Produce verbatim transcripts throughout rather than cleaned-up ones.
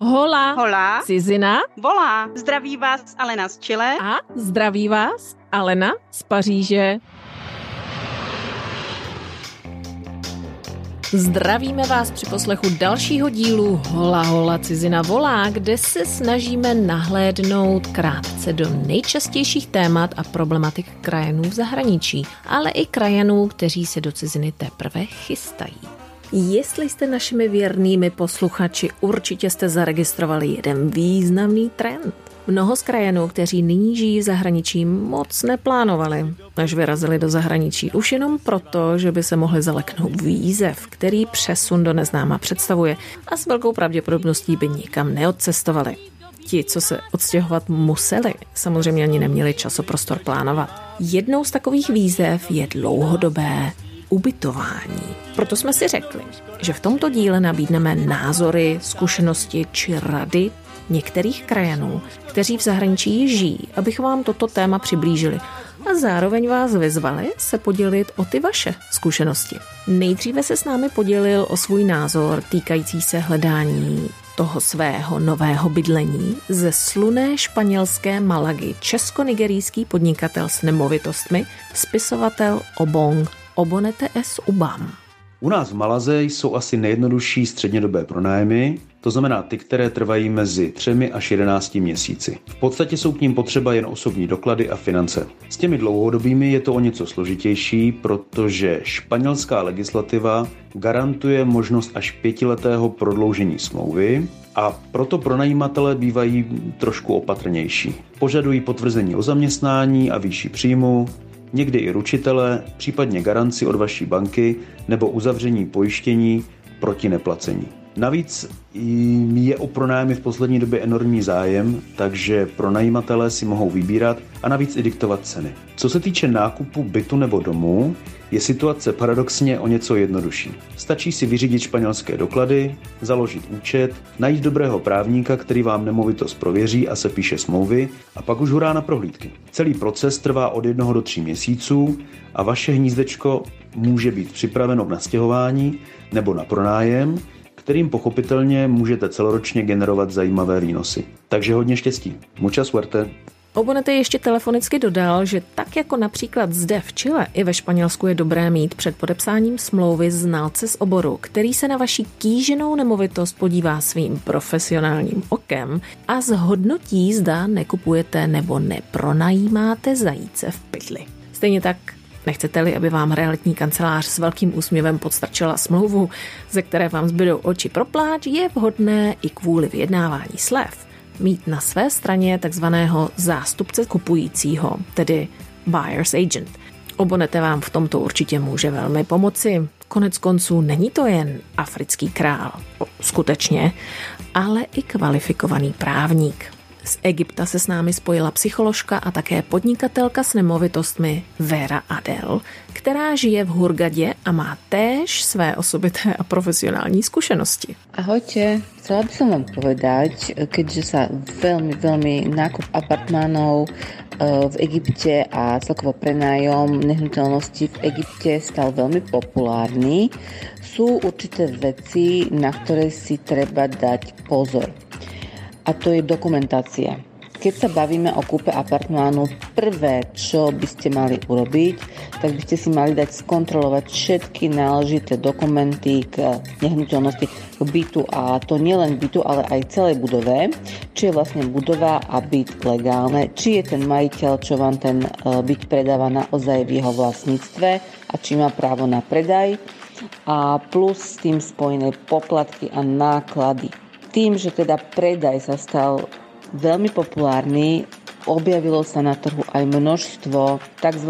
Hola. Hola. Cizina. Volá. Zdraví vás Alena z Chile. A zdraví vás Alena z Paříže. Zdravíme vás při poslechu dalšího dílu Hola Hola Cizina volá, kde se snažíme nahlédnout krátce do nejčastějších témat a problematik krajanů v zahraničí, ale i krajanů, kteří se do ciziny teprve chystají. Jestli jste našimi věrnými posluchači, určitě jste zaregistrovali jeden významný trend. Mnoho z krajanů, kteří nyní žijí v zahraničí, moc neplánovali, až vyrazili do zahraničí, už jenom proto, že by se mohli zaleknout výzev, který přesun do neznáma představuje, a s velkou pravděpodobností by nikam neodcestovali. Ti, co se odstěhovat museli, samozřejmě ani neměli časoprostor plánovat. Jednou z takových výzev je dlouhodobé ubytování. Proto jsme si řekli, že v tomto díle nabídneme názory, zkušenosti či rady některých krajanů, kteří v zahraničí žijí, abychom vám toto téma přiblížili a zároveň vás vyzvali se podělit o ty vaše zkušenosti. Nejdříve se s námi podělil o svůj názor týkající se hledání toho svého nového bydlení ze slunné španělské Malagy česko-nigerijský podnikatel s nemovitostmi, spisovatel Obong Obonete S. Ubam. U nás v Malaze jsou asi nejjednodušší střednědobé pronájmy, to znamená ty, které trvají mezi třemi až jedenácti měsíci. V podstatě jsou k ním potřeba jen osobní doklady a finance. S těmi dlouhodobými je to o něco složitější, protože španělská legislativa garantuje možnost až pětiletého prodloužení smlouvy a proto pronajímatelé bývají trošku opatrnější. Požadují potvrzení o zaměstnání a výši příjmu, někdy i ručitele, případně garanci od vaší banky nebo uzavření pojištění proti neplacení. Navíc je o pronájmy v poslední době enormní zájem, takže pronajímatelé si mohou vybírat a navíc i diktovat ceny. Co se týče nákupu bytu nebo domu, je situace paradoxně o něco jednodušší. Stačí si vyřídit španělské doklady, založit účet, najít dobrého právníka, který vám nemovitost prověří a sepíše smlouvy, a pak už hurá na prohlídky. Celý proces trvá od jednoho do tří měsíců a vaše hnízdečko může být připraveno k nastěhování nebo na pronájem, kterým pochopitelně můžete celoročně generovat zajímavé výnosy. Takže hodně štěstí. Mucha suerte. Obonete ještě telefonicky dodal, že tak jako například zde v Chile i ve Španělsku je dobré mít před podepsáním smlouvy znalce z oboru, který se na vaši kýženou nemovitost podívá svým profesionálním okem a zhodnotí, zda nekupujete nebo nepronajímáte zajíce v pytli. Stejně tak nechcete-li, aby vám realitní kancelář s velkým úsměvem podstrčila smlouvu, ze které vám zbydou oči pro pláč, je vhodné i kvůli vyjednávání slev mít na své straně takzvaného zástupce kupujícího, tedy buyer's agent. Obonete vám v tomto určitě může velmi pomoci. Konec konců není to jen africký král, skutečně, ale i kvalifikovaný právník. Z Egypta se s námi spojila psycholožka a také podnikatelka s nemovitostmi Vera Adel, která žije v Hurgadě a má též své osobité a profesionální zkušenosti. Ahojte, chcela by som vám povedať, keďže sa veľmi, veľmi nákup apartmánov v Egypte a celkovo prenájom nehnuteľností v Egypte stal veľmi populárny, sú určité veci, na ktoré si treba dať pozor. A to je dokumentácia. Keď sa bavíme o kúpe apartmánu, prvé, čo by ste mali urobiť, tak by ste si mali dať skontrolovať všetky náležité dokumenty k nehnuteľnosti, k bytu, a to nielen bytu, ale aj celej budove, či je vlastne budova a byt legálne, či je ten majiteľ, čo vám ten byt predáva, naozaj v jeho vlastníctve a či má právo na predaj, a plus s tým spojené poplatky a náklady. Tým, že teda predaj sa stal veľmi populárny, objavilo sa na trhu aj množstvo tzv.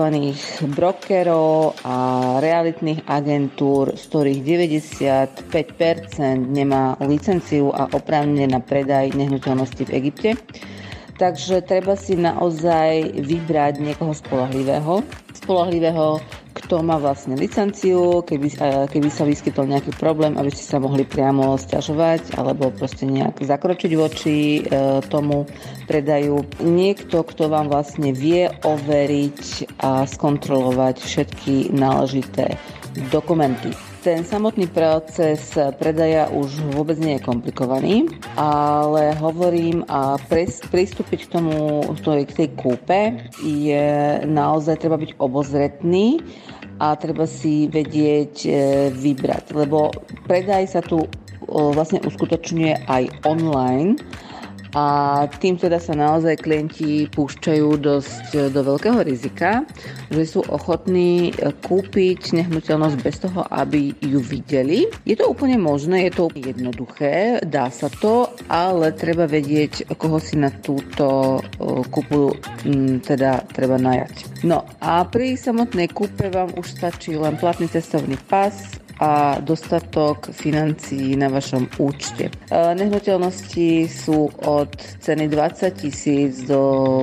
Brokerov a realitných agentúr, z ktorých deväťdesiatpäť percent nemá licenciu a oprávnenie na predaj nehnuteľnosti v Egypte. Takže treba si naozaj vybrať niekoho spoľahlivého, spoľahlivého, kto má vlastne licenciu, keby, keby sa vyskytol nejaký problém, aby ste sa mohli priamo sťažovať alebo proste nejak zakročiť voči e, tomu predaju. Niekto, kto vám vlastne vie overiť a skontrolovať všetky náležité dokumenty. Ten samotný proces predaja už vôbec nie je komplikovaný, ale hovorím, a pres, pristúpiť k tomu, k tej kúpe je naozaj treba byť obozretný a treba si vedieť vybrať, lebo predaj sa tu vlastne uskutočňuje aj online a tým teda sa naozaj klienti púšťajú dosť do veľkého rizika, že sú ochotní kúpiť nehnuteľnosť bez toho, aby ju videli. Je to úplne možné, je to jednoduché, dá sa to, ale treba vedieť, koho si na túto kúpu teda treba najať. No a pri samotnej kúpe vám už stačí len platný cestovný pas a dostatok financií na vašom účte. Nehnuteľnosti sú od ceny dvadsať tisíc do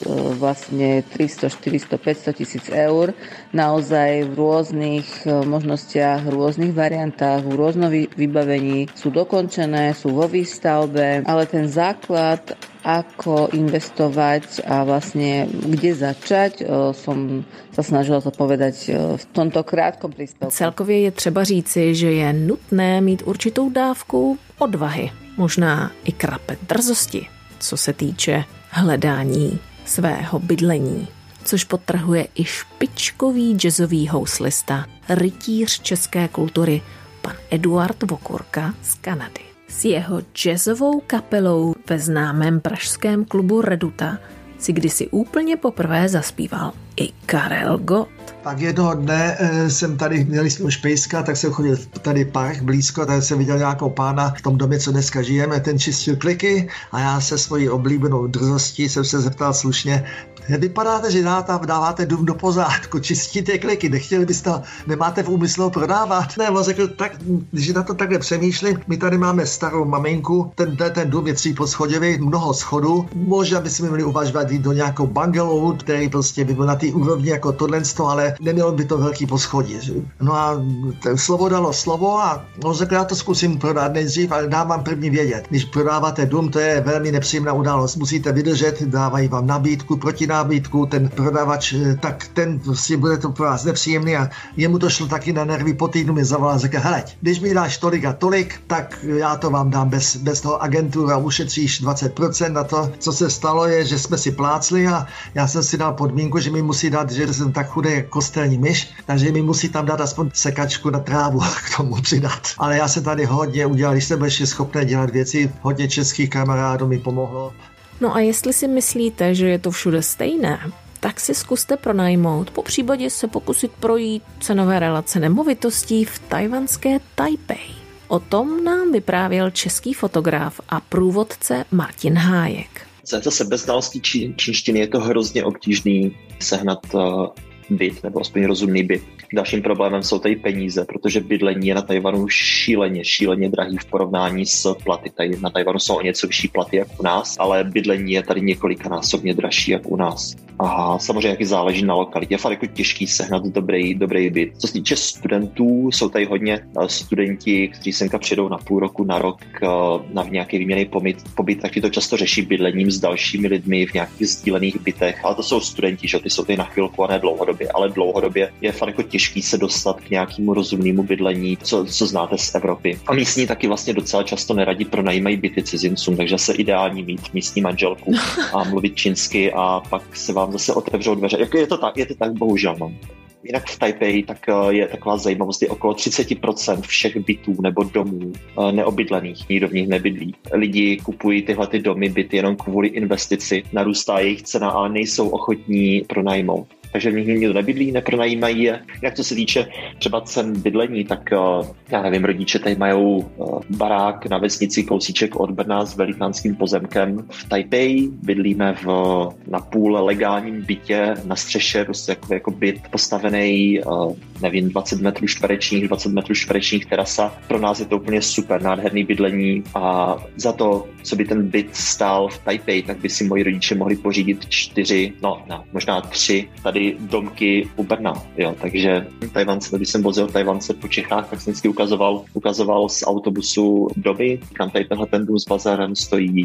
vlastne tristo, štyristo, päťsto tisíc eur. Naozaj v rôznych možnostiach, v rôznych variantách, v rôznom vybavení sú dokončené, sú vo výstavbe, ale ten základ, ako investovať a vlastne kde začať, som sa snažila to povedať v tomto krátkom príspevku. Celkově je třeba říci, že je nutné mít určitou dávku odvahy, možná i krape drzosti, co se týče hledání svého bydlení, což podtrhuje i špičkový jazzový houslista, rytíř české kultury, pan Eduard Vokurka z Kanady. S jeho jazzovou kapelou ve známém pražském klubu Reduta si kdysi úplně poprvé zaspíval i Karel Gott. Pak jednoho dne e, jsem tady, měli jsme už pejska, tak jsem chodil tady park blízko, tady jsem viděl nějakou pána v tom domě, co dneska žijeme, ten čistil kliky a já se svojí oblíbenou drzostí jsem se zeptal slušně, vypadáte, že dáváte dům do pořádku, čistíte kliky, nechtěli byste to, nemáte v úmyslu prodávat? Ne, on řekl, tak, když na to takhle přemýšlím, my tady máme starou maminku, ten, ten dům je tříposchodový, mnoho schodů, možná bychom měli uvažovat jít do nějakou bungalowu, který prostě by byl na té úrovni jako tohle, ale nemělo by to velký poschodí. Že? No a slovo dalo slovo a on řekl, já to zkusím prodat nejdřív, ale dám vám první vědět. Když prodáváte dům, to je velmi nepříjemná událost, musíte vydržet, dávají vám nabídku, proti nábytku, ten prodavač, tak ten prostě bude to pro vás nepříjemný a jemu to šlo taky na nervy, po týdnu mi zavolal a řekl, hele, když mi dáš tolik a tolik, tak já to vám dám bez, bez toho agentury a ušetříš dvacet procent. A to, co se stalo, je, že jsme si plácli a já jsem si dal podmínku, že mi musí dát, že jsem tak chudý jako kostelní myš, takže mi musí tam dát aspoň sekačku na trávu k tomu přidat. Ale já jsem tady hodně udělal, když jsem byl ještě schopný dělat věci, hodně českých kamarádů mi pomohlo. No a jestli si myslíte, že je to všude stejné, tak si zkuste pronajmout, popřípadě se pokusit projít cenové relace nemovitostí v tajvanské Taipei. O tom nám vyprávěl český fotograf a průvodce Martin Hájek. Zase bez znalostí čí, čínštiny je to hrozně obtížný sehnat uh, byt, nebo aspoň rozumný byt. Dalším problémem jsou tady peníze, protože bydlení je na Tajvanu šíleně, šíleně drahý v porovnání s platy. Tady na Tajvanu jsou o něco vyšší platy jak u nás, ale bydlení je tady několikanásobně dražší jak u nás. A samozřejmě taky záleží na lokalitě. Je fakt jako těžký sehnat dobrý, dobrý byt. Co se týče studentů, jsou tady hodně studenti, kteří semka přijdou na půl roku, na rok na nějaký výměnný pobyt, tak ti to často řeší bydlením s dalšími lidmi v nějakých sdílených bytech, ale to jsou studenti, že ty jsou tady na chvilku a ne dlouhodobě, ale dlouhodobě je fakt jako těžký se dostat k nějakému rozumnému bydlení, co, co znáte z Evropy. A místní taky vlastně docela často neradí pronajímají byty cizincům, takže se ideální mít místní manželku a mluvit čínsky a pak se vám zase otevřou dveře. Jako je to tak, je to tak, bohužel. No. Jinak v Taipei tak je taková zajímavost, je okolo třicet procent všech bytů nebo domů neobydlených, nikdo v nich nebydlí. Lidi kupují tyhle ty domy, byty jenom kvůli investici, narůstá jejich cena, ale nejsou ochotní pronajmout. Takže v nich nikdo nebydlí, nepronajímají je. Jak co se týče třeba cen bydlení, tak já nevím, rodiče tady mají barák na vesnici kousíček od Brna s velikánským pozemkem. V Taipei bydlíme v napůl legálním bytě na střeše, prostě jako, jako byt postavený, nevím, dvacet metrů čtverečních, dvacet metrů čtverečních terasa. Pro nás je to úplně super, nádherný bydlení a za to, co by ten byt stál v Taipei, tak by si moji rodiče mohli pořídit čtyři, no, no možná tři tady domky u Brna, jo, takže Tajvance, když jsem vozil Tajvance po Čechách, tak jsem vždycky ukazoval, ukazoval z autobusu domy, kam tady tenhle ten dům s bazarem stojí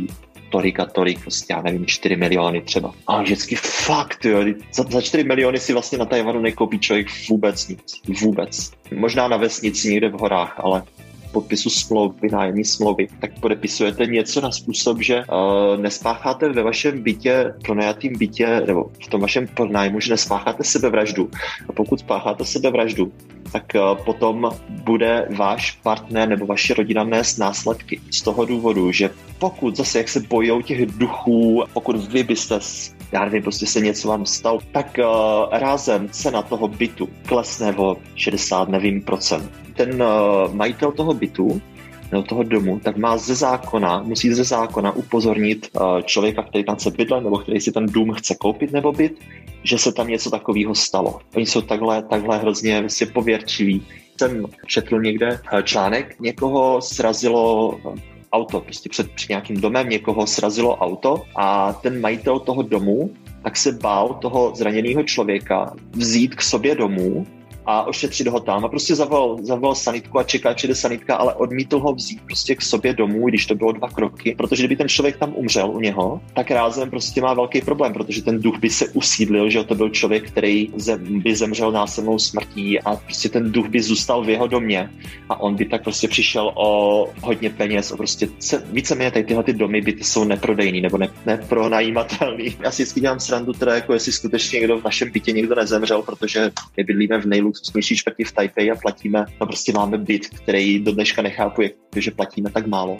tolik a tolik, prostě já nevím, čtyři miliony třeba. A vždycky fakt, jo, za, za čtyři miliony si vlastně na Tajvanu nekoupí člověk vůbec nic, vůbec. Možná na vesnici někde v horách, ale podpisu smlouvy, nájemní smlouvy, tak podepisujete něco na způsob, že uh, nespácháte ve vašem bytě, pronajatým bytě, nebo v tom vašem pronájmu, že nespácháte sebevraždu. A pokud spácháte sebevraždu, tak uh, potom bude váš partner nebo vaše rodina nést následky. Z toho důvodu, že pokud zase, jak se bojou těch duchů, pokud vy byste, já nevím, prostě se něco vám stalo, tak uh, rázem cena toho bytu klesne o šedesát, nevím, procent. Ten uh, majitel toho bytu nebo toho domu, tak má ze zákona, musí ze zákona upozornit uh, člověka, který tam chce bydlet nebo který si ten dům chce koupit nebo byt, že se tam něco takového stalo. Oni jsou takhle, takhle hrozně vlastně pověrčiví. Jsem četl někde článek, někoho srazilo auto, prostě před, před nějakým domem někoho srazilo auto a ten majitel toho domu tak se bál toho zraněného člověka vzít k sobě domů a ošetřit ho tam a prostě zavolal, zavolal sanitku a čeká, či jde sanitka, ale odmítl ho vzít prostě k sobě domů, když to bylo dva kroky, protože kdyby ten člověk tam umřel u něho, tak rázem prostě má velký problém, protože ten duch by se usídlil, že to byl člověk, který zem, by zemřel násilnou smrtí a prostě ten duch by zůstal v jeho domě a on by tak prostě přišel o hodně peněz a prostě víceméně tady tyhle ty domy byty jsou neprodejný nebo ne, nepronajímatelný. Já si vždycky dělám srandu teda, jako jestli skutečně někdo v našem bytě někdo nezemřel, protože my bydlíme v nejluxusnější čtvrti v Taipei a platíme, no prostě máme byt, který do dneška nechápu, jak, že platíme tak málo.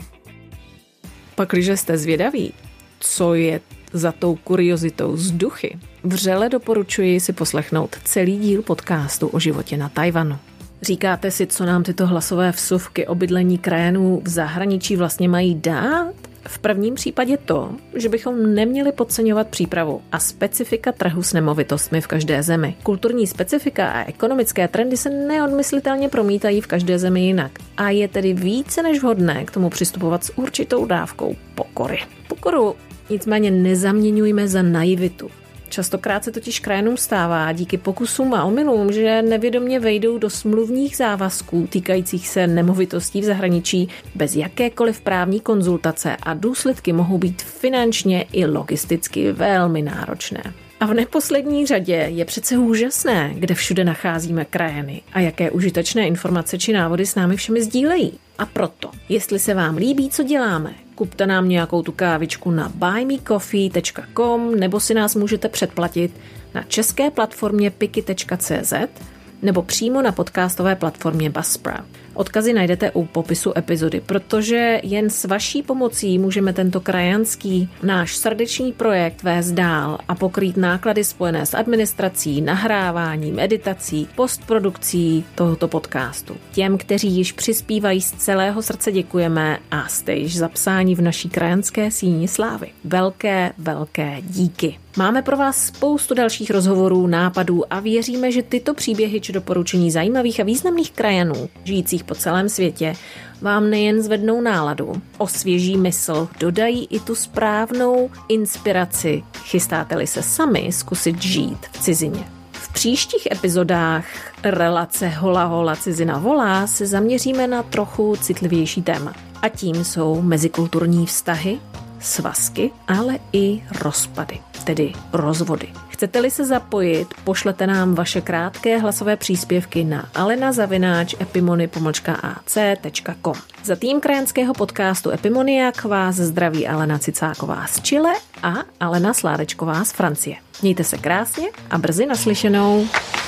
Pak, když jste zvědaví, co je za tou kuriozitou z duchy, vřele doporučuji si poslechnout celý díl podcastu o životě na Tajvanu. Říkáte si, co nám tyto hlasové vsuvky o bydlení krajanů v zahraničí vlastně mají dát? V prvním případě to, že bychom neměli podceňovat přípravu a specifika trhu s nemovitostmi v každé zemi. Kulturní specifika a ekonomické trendy se neodmyslitelně promítají v každé zemi jinak a je tedy více než vhodné k tomu přistupovat s určitou dávkou pokory. Pokoru nicméně nezaměňujme za naivitu. Častokrát se totiž krajanům stává díky pokusům a omylům, že nevědomě vejdou do smluvních závazků týkajících se nemovitostí v zahraničí bez jakékoliv právní konzultace a důsledky mohou být finančně i logisticky velmi náročné. A v neposlední řadě je přece úžasné, kde všude nacházíme krajany a jaké užitečné informace či návody s námi všemi sdílejí. A proto, jestli se vám líbí, co děláme, kupte nám nějakou tu kávičku na buy me coffee tečka com nebo si nás můžete předplatit na české platformě piky tečka cé zet nebo přímo na podcastové platformě Buzzsprout. Odkazy najdete u popisu epizody, protože jen s vaší pomocí můžeme tento krajanský náš srdeční projekt vést dál a pokrýt náklady spojené s administrací, nahráváním, editací, postprodukcí tohoto podcastu. Těm, kteří již přispívají z celého srdce děkujeme a jste již zapsáni v naší krajanské síni slávy. Velké, velké díky. Máme pro vás spoustu dalších rozhovorů, nápadů a věříme, že tyto příběhy či doporučení zajímavých a významných krajanů, žijících po celém světě, vám nejen zvednou náladu, osvěží mysl, dodají i tu správnou inspiraci, chystáte-li se sami zkusit žít v cizině. V příštích epizodách relace Hola hola cizina volá se zaměříme na trochu citlivější téma. A tím jsou mezikulturní vztahy, svazky, ale i rozpady, tedy rozvody. Chcete-li se zapojit, pošlete nám vaše krátké hlasové příspěvky na alena zavináč epimony pomlčka a c tečka com. Za tým krajanského podcastu Epimoniak vás zdraví Alena Cicáková z Chile a Alena Sládečková z Francie. Mějte se krásně a brzy naslyšenou.